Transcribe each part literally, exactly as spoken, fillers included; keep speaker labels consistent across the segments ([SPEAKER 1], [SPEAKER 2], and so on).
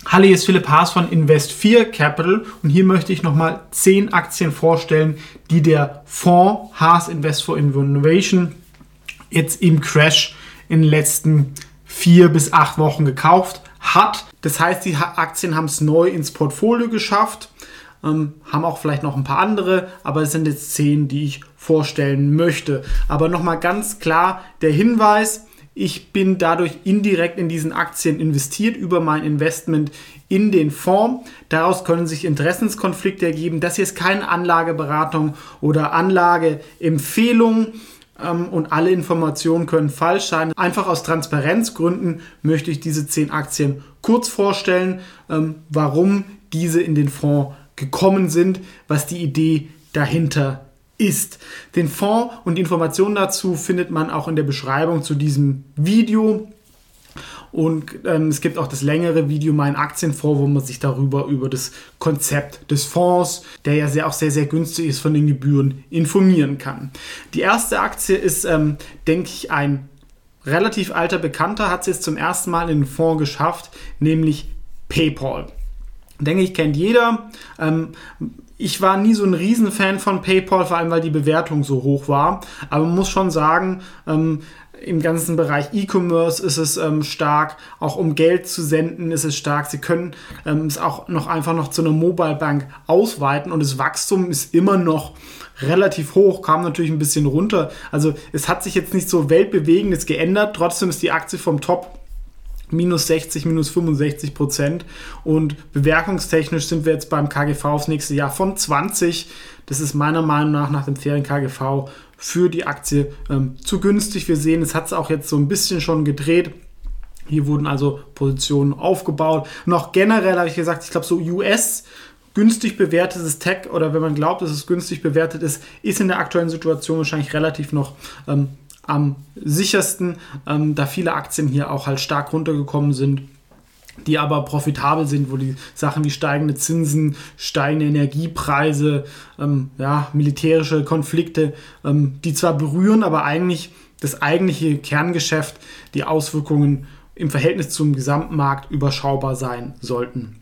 [SPEAKER 1] Hallo, hier ist Philipp Haas von Invest vier Capital und hier möchte ich nochmal zehn Aktien vorstellen, die der Fonds Haas Invest for Innovation jetzt im Crash in den letzten vier bis acht Wochen gekauft hat. Das heißt, die Aktien haben es neu ins Portfolio geschafft, ähm, haben auch vielleicht noch ein paar andere, aber es sind jetzt zehn, die ich vorstellen möchte. Aber nochmal ganz klar der Hinweis: Ich bin dadurch indirekt in diesen Aktien investiert über mein Investment in den Fonds. Daraus können sich Interessenskonflikte ergeben. Das hier ist keine Anlageberatung oder Anlageempfehlung ähm, und alle Informationen können falsch sein. Einfach aus Transparenzgründen möchte ich diese zehn Aktien kurz vorstellen, ähm, warum diese in den Fonds gekommen sind, was die Idee dahinter ist. Den Fonds und die Informationen dazu findet man auch in der Beschreibung zu diesem Video. Und ähm, es gibt auch das längere Video, mein Aktienfonds, wo man sich darüber, über das Konzept des Fonds, der ja sehr, auch sehr, sehr günstig ist, von den Gebühren informieren kann. Die erste Aktie ist, ähm, denke ich, ein relativ alter Bekannter, hat es jetzt zum ersten Mal in den Fonds geschafft, nämlich PayPal. Denke ich, kennt jeder. Ähm, Ich war nie so ein Riesenfan von PayPal, vor allem weil die Bewertung so hoch war. Aber man muss schon sagen, ähm, im ganzen Bereich E-Commerce ist es ähm, stark. Auch um Geld zu senden ist es stark. Sie können ähm, es auch noch einfach noch zu einer Mobile Bank ausweiten. Und das Wachstum ist immer noch relativ hoch, kam natürlich ein bisschen runter. Also es hat sich jetzt nicht so weltbewegendes geändert. Trotzdem ist die Aktie vom Top minus sechzig, minus fünfundsechzig Prozent und bewertungstechnisch sind wir jetzt beim K G V aufs nächste Jahr von zwanzig. Das ist meiner Meinung nach nach dem fairen K G V für die Aktie ähm, zu günstig. Wir sehen, es hat es auch jetzt so ein bisschen schon gedreht. Hier wurden also Positionen aufgebaut. Noch generell habe ich gesagt, ich glaube so U S günstig bewertetes Tech oder wenn man glaubt, dass es günstig bewertet ist, ist in der aktuellen Situation wahrscheinlich relativ noch ähm, am sichersten, ähm, da viele Aktien hier auch halt stark runtergekommen sind, die aber profitabel sind, wo die Sachen wie steigende Zinsen, steigende Energiepreise, ähm, ja, militärische Konflikte, ähm, die zwar berühren, aber eigentlich das eigentliche Kerngeschäft, die Auswirkungen im Verhältnis zum Gesamtmarkt überschaubar sein sollten.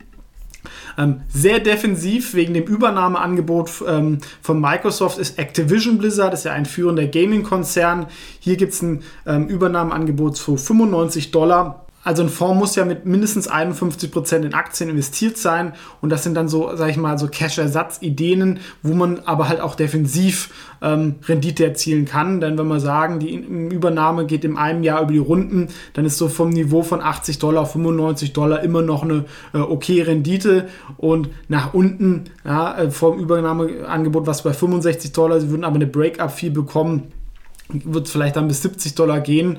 [SPEAKER 1] Ähm, sehr defensiv wegen dem Übernahmeangebot ähm, von Microsoft ist Activision Blizzard, das ist ja ein führender Gaming-Konzern. Hier gibt es ein ähm, Übernahmeangebot für fünfundneunzig Dollar. Also ein Fonds muss ja mit mindestens einundfünfzig Prozent in Aktien investiert sein und das sind dann so, sag ich mal, so Cash-Ersatz-Ideen, wo man aber halt auch defensiv ähm, Rendite erzielen kann. Denn wenn wir sagen, die Übernahme geht in einem Jahr über die Runden, dann ist so vom Niveau von achtzig Dollar auf fünfundneunzig Dollar immer noch eine äh, okay Rendite und nach unten, ja, äh, vom Übernahmeangebot, was bei fünfundsechzig Dollar, sie würden aber eine Break-up-Fee bekommen, wird es vielleicht dann bis siebzig Dollar gehen.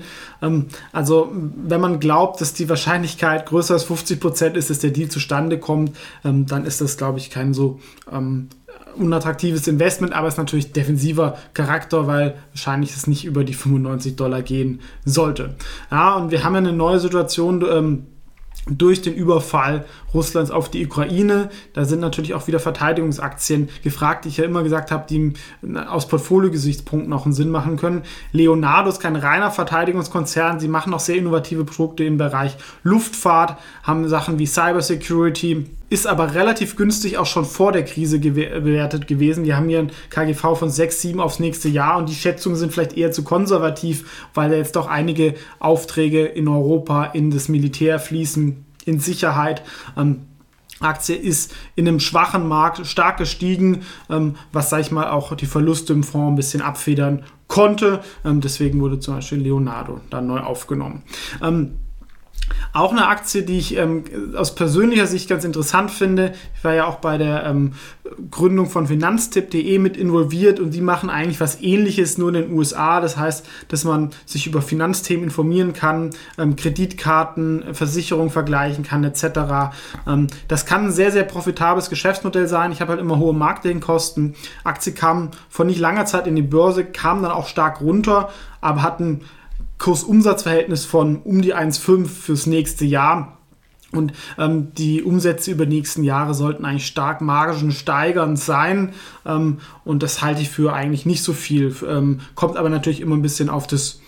[SPEAKER 1] Also wenn man glaubt, dass die Wahrscheinlichkeit größer als fünfzig Prozent ist, dass der Deal zustande kommt, dann ist das, glaube ich, kein so ähm, unattraktives Investment, aber es ist natürlich defensiver Charakter, weil wahrscheinlich es nicht über die fünfundneunzig Dollar gehen sollte. Ja, und wir haben ja eine neue Situation, ähm, durch den Überfall Russlands auf die Ukraine. Da sind natürlich auch wieder Verteidigungsaktien gefragt, die ich ja immer gesagt habe, die aus Portfolio-Gesichtspunkten auch einen Sinn machen können. Leonardo ist kein reiner Verteidigungskonzern. Sie machen auch sehr innovative Produkte im Bereich Luftfahrt, haben Sachen wie Cybersecurity, ist aber relativ günstig auch schon vor der Krise gew- bewertet gewesen. Die haben hier ein K G V von sechs, sieben aufs nächste Jahr und die Schätzungen sind vielleicht eher zu konservativ, weil da jetzt doch einige Aufträge in Europa in das Militär fließen, in Sicherheit. Ähm, Aktie ist in einem schwachen Markt stark gestiegen, ähm, was, sag ich mal, auch die Verluste im Fonds ein bisschen abfedern konnte. Ähm, deswegen wurde zum Beispiel Leonardo dann neu aufgenommen. Ähm, Auch eine Aktie, die ich ähm, aus persönlicher Sicht ganz interessant finde. Ich war ja auch bei der ähm, Gründung von Finanztipp punkt de mit involviert und die machen eigentlich was Ähnliches, nur in den U S A. Das heißt, dass man sich über Finanzthemen informieren kann, ähm, Kreditkarten, Versicherungen vergleichen kann et cetera. Ähm, das kann ein sehr, sehr profitables Geschäftsmodell sein. Ich habe halt immer hohe Marketingkosten. Aktie kam vor nicht langer Zeit in die Börse, kam dann auch stark runter, aber hatten Kursumsatzverhältnis von um die eins Komma fünf fürs nächste Jahr. Und ähm, die Umsätze über die nächsten Jahre sollten eigentlich stark margensteigernd sein. Ähm, und das halte ich für eigentlich nicht so viel. Ähm, kommt aber natürlich immer ein bisschen auf das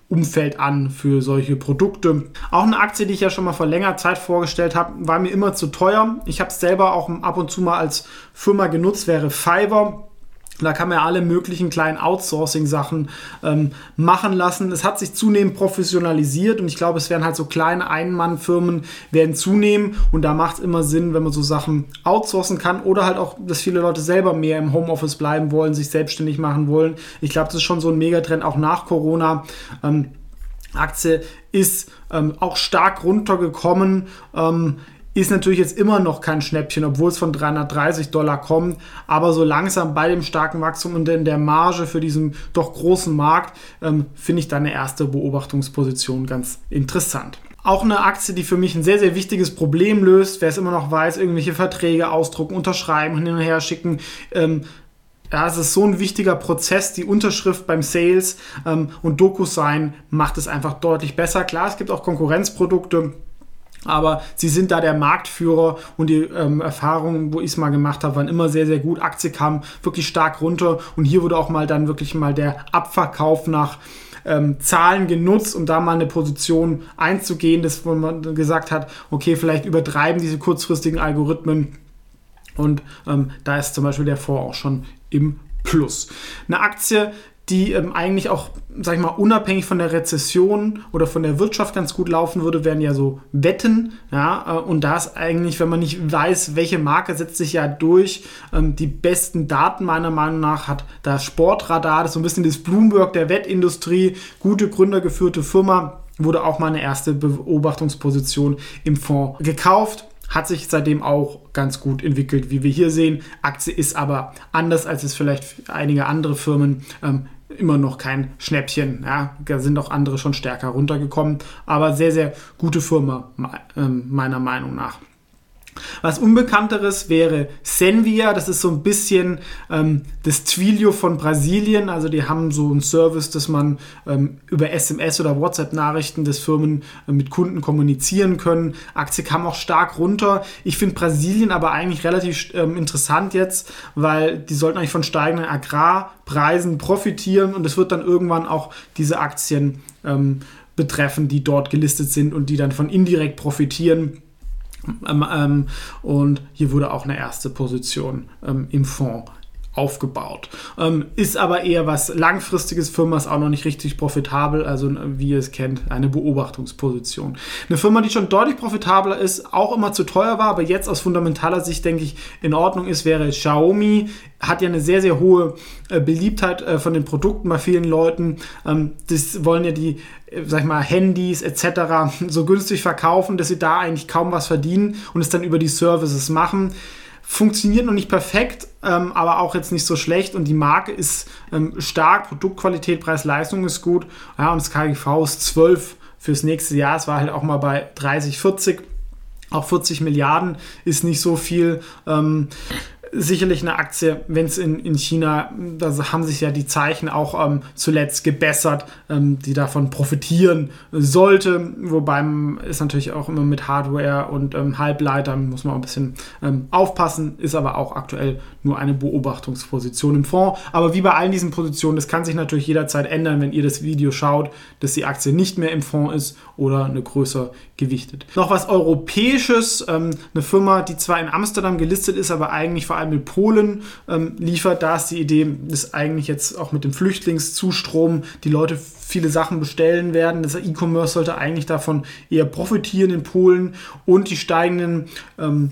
[SPEAKER 1] Umfeld an für solche Produkte. Auch eine Aktie, die ich ja schon mal vor längerer Zeit vorgestellt habe, war mir immer zu teuer. Ich habe es selber auch ab und zu mal als Firma genutzt, wäre Fiverr. Da kann man ja alle möglichen kleinen Outsourcing-Sachen ähm, machen lassen. Es hat sich zunehmend professionalisiert und ich glaube, es werden halt so kleine Ein-Mann-Firmen werden zunehmen und da macht es immer Sinn, wenn man so Sachen outsourcen kann oder halt auch, dass viele Leute selber mehr im Homeoffice bleiben wollen, sich selbstständig machen wollen. Ich glaube, das ist schon so ein Megatrend, auch nach Corona. Ähm, Aktie ist ähm, auch stark runtergekommen. Ähm, Ist natürlich jetzt immer noch kein Schnäppchen, obwohl es von dreihundertdreißig Dollar kommt. Aber so langsam bei dem starken Wachstum und in der Marge für diesen doch großen Markt ähm, finde ich da eine erste Beobachtungsposition ganz interessant. Auch eine Aktie, die für mich ein sehr, sehr wichtiges Problem löst. Wer es immer noch weiß, irgendwelche Verträge ausdrucken, unterschreiben, hin und her schicken. Ähm, Ja, es ist so ein wichtiger Prozess, die Unterschrift beim Sales ähm, und DocuSign macht es einfach deutlich besser. Klar, es gibt auch Konkurrenzprodukte, aber sie sind da der Marktführer und die ähm, Erfahrungen, wo ich es mal gemacht habe, waren immer sehr, sehr gut. Aktie kam wirklich stark runter und hier wurde auch mal dann wirklich mal der Abverkauf nach ähm, Zahlen genutzt, um da mal eine Position einzugehen, das, wo man gesagt hat, okay, vielleicht übertreiben diese kurzfristigen Algorithmen und ähm, da ist zum Beispiel der Fonds auch schon im Plus. Eine Aktie, die ähm, eigentlich auch, sag ich mal, unabhängig von der Rezession oder von der Wirtschaft ganz gut laufen würde, wären ja so Wetten. Ja, äh, und da ist eigentlich, wenn man nicht weiß, welche Marke setzt sich ja durch, ähm, die besten Daten meiner Meinung nach hat das Sportradar, das ist so ein bisschen das Bloomberg der Wettindustrie, gute gründergeführte Firma, wurde auch mal eine erste Beobachtungsposition im Fonds gekauft. Hat sich seitdem auch ganz gut entwickelt, wie wir hier sehen. Aktie ist aber anders, als es vielleicht für einige andere Firmen ähm, immer noch kein Schnäppchen. Ja, da sind auch andere schon stärker runtergekommen. Aber sehr, sehr gute Firma, ähm, meiner Meinung nach. Was Unbekannteres wäre Zenvia, das ist so ein bisschen ähm, das Twilio von Brasilien, also die haben so einen Service, dass man ähm, über S M S oder WhatsApp-Nachrichten des Firmen äh, mit Kunden kommunizieren können. Aktie kam auch stark runter. Ich finde Brasilien aber eigentlich relativ ähm, interessant jetzt, weil die sollten eigentlich von steigenden Agrarpreisen profitieren und es wird dann irgendwann auch diese Aktien ähm, betreffen, die dort gelistet sind und die dann von indirekt profitieren. Ähm, ähm, und hier wurde auch eine erste Position ähm, im Fonds aufgebaut. Ähm, ist aber eher was langfristiges, Firma ist auch noch nicht richtig profitabel, also wie ihr es kennt, eine Beobachtungsposition. Eine Firma, die schon deutlich profitabler ist, auch immer zu teuer war, aber jetzt aus fundamentaler Sicht, denke ich, in Ordnung ist, wäre Xiaomi. Hat ja eine sehr, sehr hohe äh, Beliebtheit äh, von den Produkten bei vielen Leuten. Ähm, das wollen ja die, äh, sag ich mal, Handys et cetera so günstig verkaufen, dass sie da eigentlich kaum was verdienen und es dann über die Services machen. Funktioniert noch nicht perfekt, ähm, aber auch jetzt nicht so schlecht und die Marke ist ähm, stark, Produktqualität, Preis-Leistung ist gut, ja, und das K G V ist zwölf fürs nächste Jahr, es war halt auch mal bei dreißig, vierzig, auch vierzig Milliarden ist nicht so viel, ähm, sicherlich eine Aktie, wenn es in, in China, da haben sich ja die Zeichen auch ähm, zuletzt gebessert, ähm, die davon profitieren sollte, wobei es natürlich auch immer mit Hardware und ähm, Halbleitern muss man auch ein bisschen ähm, aufpassen, ist aber auch aktuell nur eine Beobachtungsposition im Fonds, aber wie bei allen diesen Positionen, das kann sich natürlich jederzeit ändern, wenn ihr das Video schaut, dass die Aktie nicht mehr im Fonds ist oder eine größer gewichtet. Noch was Europäisches, ähm, eine Firma, die zwar in Amsterdam gelistet ist, aber eigentlich vor allem in Polen ähm, liefert. Da ist die Idee, dass eigentlich jetzt auch mit dem Flüchtlingszustrom die Leute viele Sachen bestellen werden. Das E-Commerce sollte eigentlich davon eher profitieren in Polen und die steigenden ähm,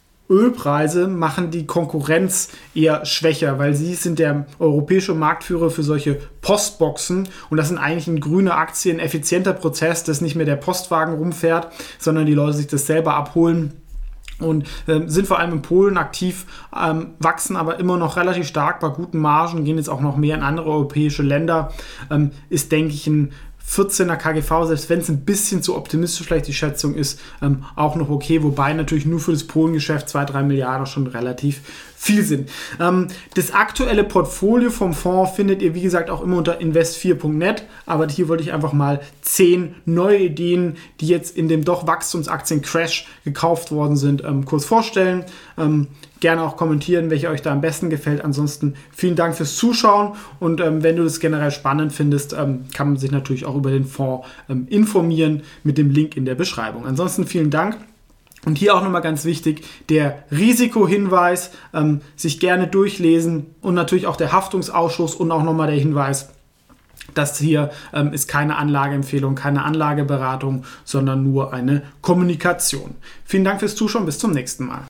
[SPEAKER 1] Ölpreise machen die Konkurrenz eher schwächer, weil sie sind der europäische Marktführer für solche Postboxen und das sind eigentlich eine grüne Aktie, ein effizienter Prozess, dass nicht mehr der Postwagen rumfährt, sondern die Leute sich das selber abholen. Und äh, sind vor allem in Polen aktiv, ähm, wachsen aber immer noch relativ stark bei guten Margen, gehen jetzt auch noch mehr in andere europäische Länder, ähm, ist, denke ich, ein vierzehner K G V, selbst wenn es ein bisschen zu optimistisch vielleicht die Schätzung ist, ähm, auch noch okay, wobei natürlich nur für das Polengeschäft zwei, drei Milliarden schon relativ viel sind. Ähm, das aktuelle Portfolio vom Fonds findet ihr, wie gesagt, auch immer unter invest vier punkt net, aber hier wollte ich einfach mal zehn neue Ideen, die jetzt in dem doch Wachstumsaktien-Crash gekauft worden sind, ähm, kurz vorstellen. Ähm, gerne auch kommentieren, welche euch da am besten gefällt. Ansonsten vielen Dank fürs Zuschauen und ähm, wenn du das generell spannend findest, ähm, kann man sich natürlich auch noch über den Fonds ähm, informieren mit dem Link in der Beschreibung. Ansonsten vielen Dank. Und hier auch nochmal ganz wichtig, der Risikohinweis, ähm, sich gerne durchlesen und natürlich auch der Haftungsausschuss und auch nochmal der Hinweis, das hier ähm, ist keine Anlageempfehlung, keine Anlageberatung, sondern nur eine Kommunikation. Vielen Dank fürs Zuschauen, bis zum nächsten Mal.